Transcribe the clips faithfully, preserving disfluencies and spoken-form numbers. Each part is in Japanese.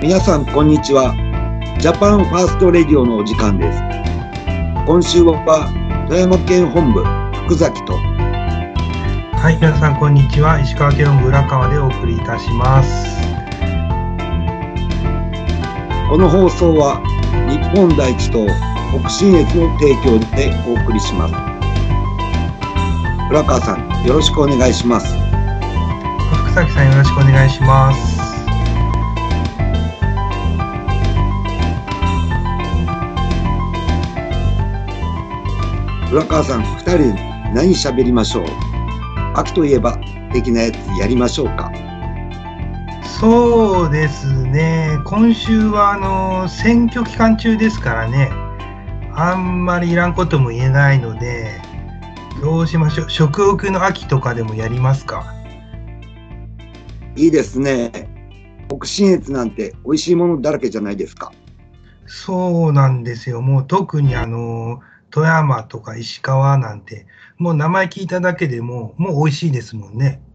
皆さんこんにちは。ジャパンファーストレディオのお時間です。今週は富山県本部福崎と、 はい、皆さんこんにちは。石川県本部浦川でお送りいたします。 この放送は日本第一と北信越の提供でお送りします。浦川さん、よろしくお願いします。 福崎さん、よろしくお願いします。 浦川さん、ふたり何喋りましょう。秋といえば的なやつやりましょうか。 そうですね。今週はあの選挙期間中ですからね。あんまりいらんことも言えないので、どうしましょう。食欲の秋とかでもやりますか。 いいですね。北信越なんて美味しいものだらけじゃないですか。 そうなんですよ。もう特にあの富山とか石川なんて、もう名前聞いただけでももう美味しいですもんね。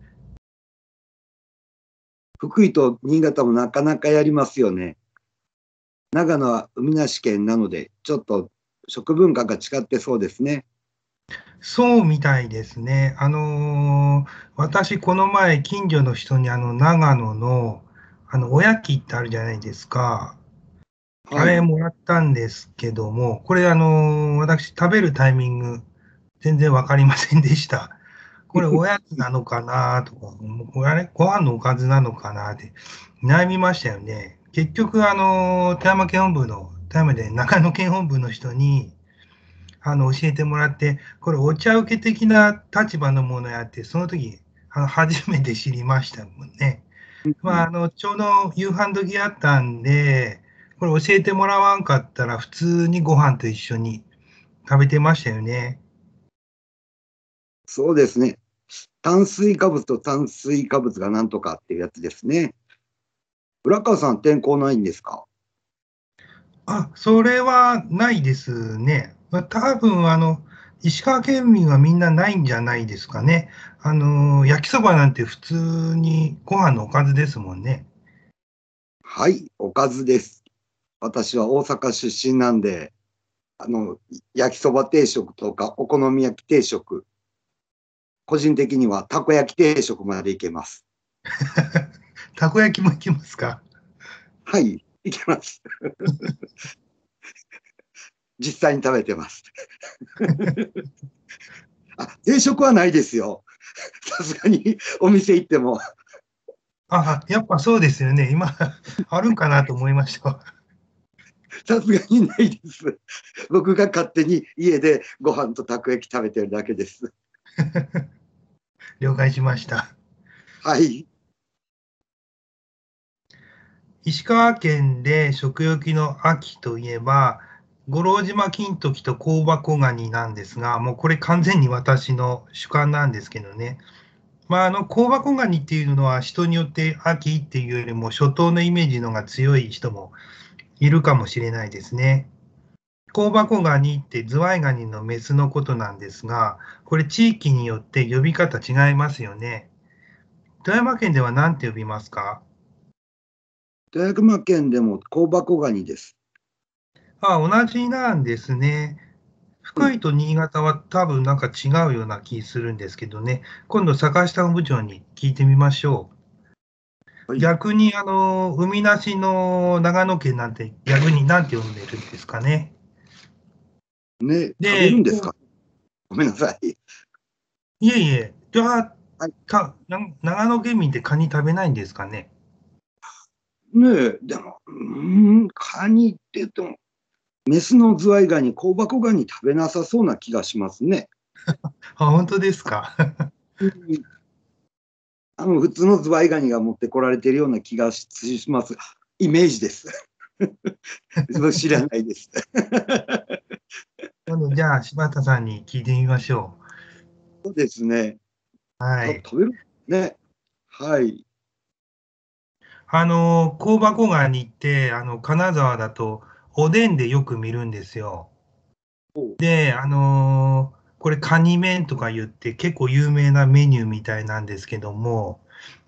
福井と新潟もなかなかやりますよね。長野は海なし県なので、ちょっと食文化が違ってそうですね。 そうみたいですね。あのー私、この前、近所の人にあの長野の、あのおやきってあるじゃないですか。あはい。 れもらったんですけども、これ、あのー私、食べるタイミング、全然わかりませんでした。これ、おやきなのかなとか、これ、あれ、ご飯のおかずなのかなって悩みましたよね。結局、あのー富山県本部の、富山で長野県本部の人に、あの教えてもらって、これお茶受け的な立場のものやって、その時あの初めて知りましたもんね。まあ、あのちょうど夕飯時あったんで、これ教えてもらわんかったら、普通にご飯と一緒に食べてましたよね。 そうですね。炭水化物と炭水化物がなんとかっていうやつですね。浦川さん、天候ないんですか？ あ、それはないですね。まあ、多分あの石川県民はみんなないんじゃないですかね。あの焼きそばなんて普通にご飯のおかずですもんね。 はい、おかずです。私は大阪出身なんで、あの、焼きそば定食とかお好み焼き定食、個人的にはたこ焼き定食までいけます。 たこ焼きもいきますか？ はい、いけます。実際に食べてます。あ、定食はないですよ。さすがにお店行っても。 あ、やっぱそうですよね。今あるんかなと思いました。 さすがにないです。僕が勝手に家でご飯とたこ焼き食べてるだけです。 了解しました。 はい。 石川県で食欲の秋といえば、五郎島金時と香箱ガニなんですが、もうこれ完全に私の主観なんですけどね。まあ、あの香箱ガニっていうのは人によって秋っていうよりも初冬のイメージのが強い人もいるかもしれないですね。香箱ガニってズワイガニのメスのことなんですが、これ地域によって呼び方違いますよね。富山県では何て呼びますか？ 富山県でも香箱ガニです。 あ、同じなんですね。 はい。 福井と新潟は多分なんか違うような気するんですけどね。今度坂下本部長に聞いてみましょう。 はい。 逆にあの海なしの長野県なんて逆に何て呼んでるんですかね。 ね、食べるで、 んですか？ごめんなさい。 いえいえ、じゃあ、 はい。 たな長野県民ってカニ食べないんですかね。 ねえ、でも、うーん、カニって言っても、メスのズワイガニ、香箱ガニ食べなさそうな気がしますね。 あ、本当ですか。 うん、あの普通のズワイガニが持ってこられているような気がします。イメージです。知らないです。 今度じゃあ柴田さんに聞いてみましょそうですね。 う。はたい。 食べるね。はい。 あの香箱ガニってあの金沢だとおでんでよく見るんですよ。 おで、あのーこれカニ麺とか言って結構有名なメニューみたいなんですけども、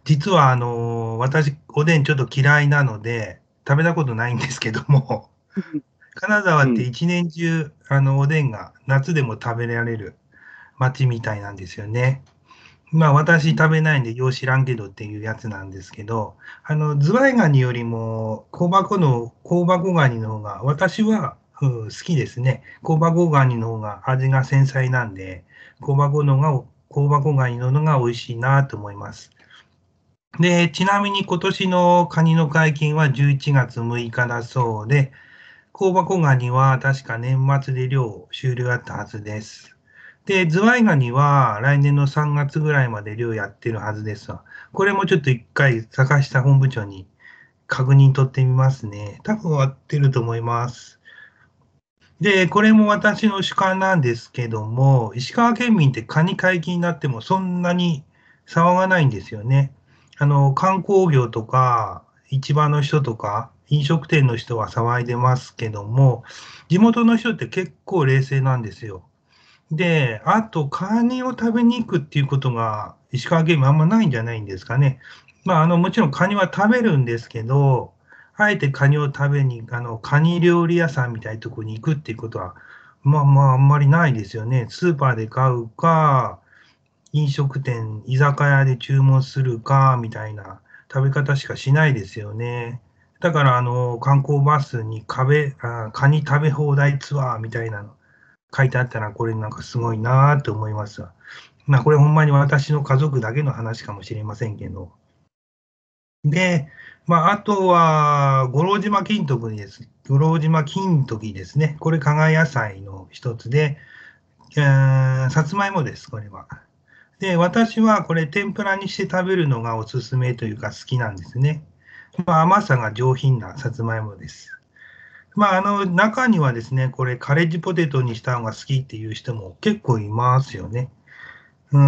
実はあの私、おでんちょっと嫌いなので、食べたことないんですけども、金沢ってうん。 一年中、あのおでんが夏でも食べられる町みたいなんですよね。まあ私食べないんでよう知らんけどっていうやつなんですけど、あのズワイガニよりも香箱の香箱ガニの方が私は、うん、好きですね。香箱ガニの方が味が繊細なんで、香箱のが香箱ガニの方が美味しいなと思います。で、ちなみに今年のカニの解禁はじゅういちがつむいかだそうで、香箱ガニは確か年末で漁終了だったはずです。で、ズワイガニは来年のさんがつぐらいまで漁やってるはずですわ。これもちょっと一回坂下本部長に確認取ってみますね。多分終わってると思います。で、これも私の主観なんですけども、石川県民ってカニ解禁になってもそんなに騒がないんですよね。あの、観光業とか、市場の人とか、飲食店の人は騒いでますけども、地元の人って結構冷静なんですよ。で、あと、カニを食べに行くっていうことが、石川県民あんまないんじゃないんですかね。まあ、あの、もちろんカニは食べるんですけど、あえてカニを食べに、あの、カニ料理屋さんみたいなところに行くっていうことは、まあまあ、あんまりないですよね。スーパーで買うか、飲食店、居酒屋で注文するか、みたいな食べ方しかしないですよね。だから、あの、観光バスに壁、あ、カニ食べ放題ツアーみたいなの書いてあったら、これなんかすごいなと思いますわ。まあ、これほんまに私の家族だけの話かもしれませんけど。で、まあ、あとは、五郎島金時です。五郎島金時ですね。これ、加賀野菜の一つで、えーさつまいもです、これは。で、私はこれ、天ぷらにして食べるのがおすすめというか好きなんですね。まあ、甘さが上品なさつまいもです。まあ、あの、中にはですね、これ、カレッジポテトにした方が好きっていう人も結構いますよね。うん。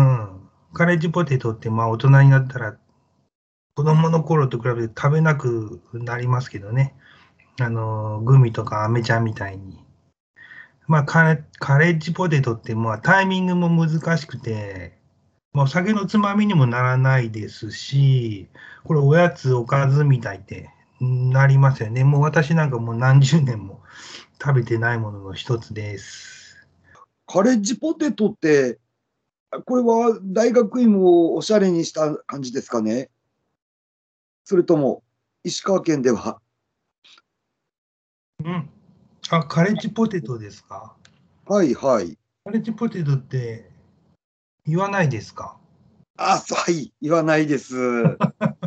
カレッジポテトって、まあ、大人になったら、子供の頃と比べて食べなくなりますけどね。あの、グミとかアメちゃんみたいに。まあ、カレ、カレッジポテトって、まあ、タイミングも難しくて、まあ、お酒のつまみにもならないですし、これ、おやつ、おかずみたいってなりますよね。もう私なんかもう何十年も食べてないものの一つです。 カレッジポテトって、これは大学院をおしゃれにした感じですかね。それとも、石川県では。 うん。あ、カレッジポテトですか？ はいはい。 カレッジポテトって言わないですか？ あ、はい、言わないです。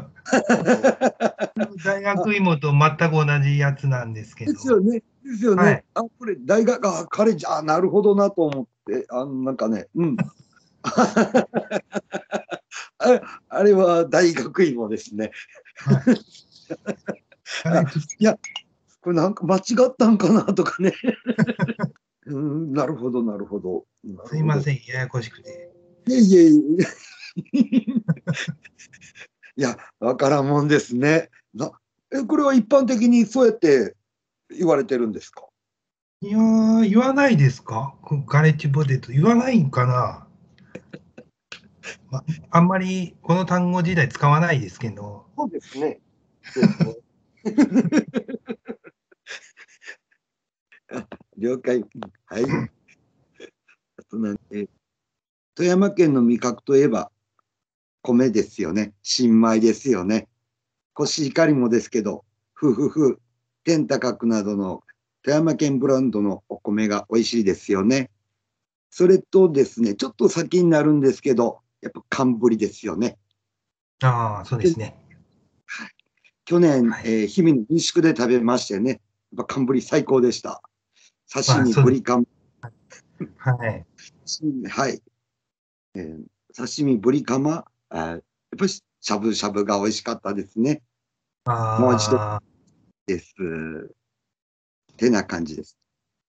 大あ、 学芋と全く同じやつなんですけど。 ですよね。ですよね。 はい。 あ、これ、大学、あ、カレッジ、あ、なるほどなと思って、あ、なんかね、うん。あ、あれは大学芋ですね。 はい。カレあ、 ッジ、 いや、これなんか間違ったんかなとかね。うん、なるほど、なるほど。なるほど。 すいません、ややこしくて。 いえいえいえ。いや、わからんもんですね。な、え、これは一般的にそうやって言われてるんですか？ いやー、言わないですか？こカレッジポテト。言わないんかな？ま、あんまりこの単語自体使わないですけど。 そうですね。そうですね。あ、了解。うん、はい。あとなんで、富山県の味覚といえば米ですよね。新米ですよね。コシヒカリもですけど、ふふふ、天高くなどの富山県ブランドのお米が美味しいですよね。それとですね、ちょっと先になるんですけど、やっぱ寒ぶりですよね。 ああ、そうでで、 すね。 去年、 はい。 えー、氷見の民宿で食べましてね、やっぱ寒ぶり最高でした。刺まあ、 身、 そうです。 ぶりカマ、 はい。 はい、えー、刺身、ぶりカマ、あー、やっぱりしゃぶしゃぶが美味しかったですね。もう一度ああ、 です。てな感じです。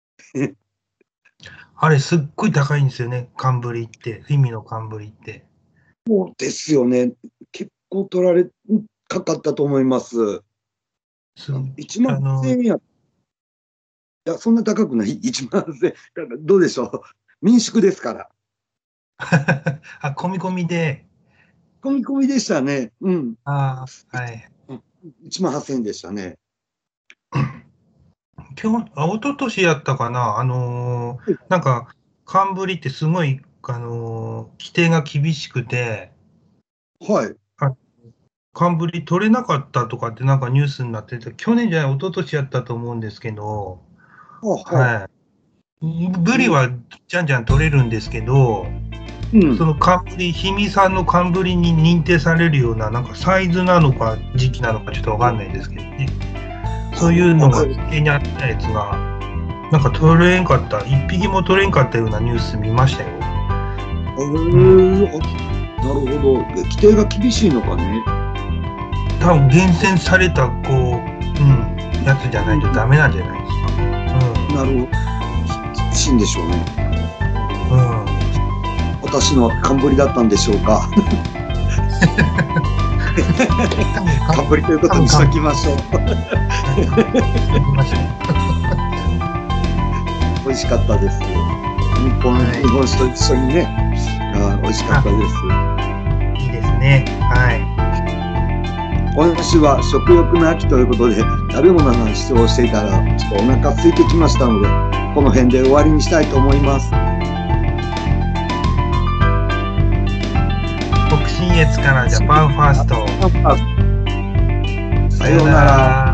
あれ、すっごい高いんですよね。寒ブリって。意味の寒ブリって。 そうですよね。結構取られかかったと思います。 す、 いちまんあの、 せんえんや。いや、そんな高くない。いちまんせんえん。どうでしょう。民宿ですから。 あ、込み込みで、 込み込みでしたね。うん。 ああ、はい。 いちまんはっせんえんでしたね。 今日、あ、一昨年やったかな、あのーなんか、寒ブリってすごい、あのー規定が厳しくて、 はい。 あ、寒ブリ取れなかったとかってなんかニュースになってて、去年じゃない、一昨年やったと思うんですけど、 はあ、はあ。 はい。ブリはじゃんじゃん取れるんですけど、 うん。 その寒ブリ、氷見産の寒ブリに認定されるような、なんかサイズなのか時期なのかちょっとわかんないんですけどね。そういうのが規定にあったやつが、なんか取れんかった、一匹も取れんかったようなニュース見ましたよ。 へえ、あ、なるほど。規定が厳しいのかね。 多分厳選された、こう、うん、やつじゃないとダメなんじゃないですか。 なるほど。厳しいんでしょうね。 うん。うん。 私の寒ぶりだったんでしょうか。寒ぶりということにしときましょう。美味しかったです。日本、はい、日本酒と一緒にね、あ、美味しかったです。 いいですね。はい。 今週は食欲の秋ということで、食べ物の話をしていたら、ちょっとお腹空いてきましたので、この辺で終わりにしたいと思います。 北信越からジャパンファースト。 さようなら。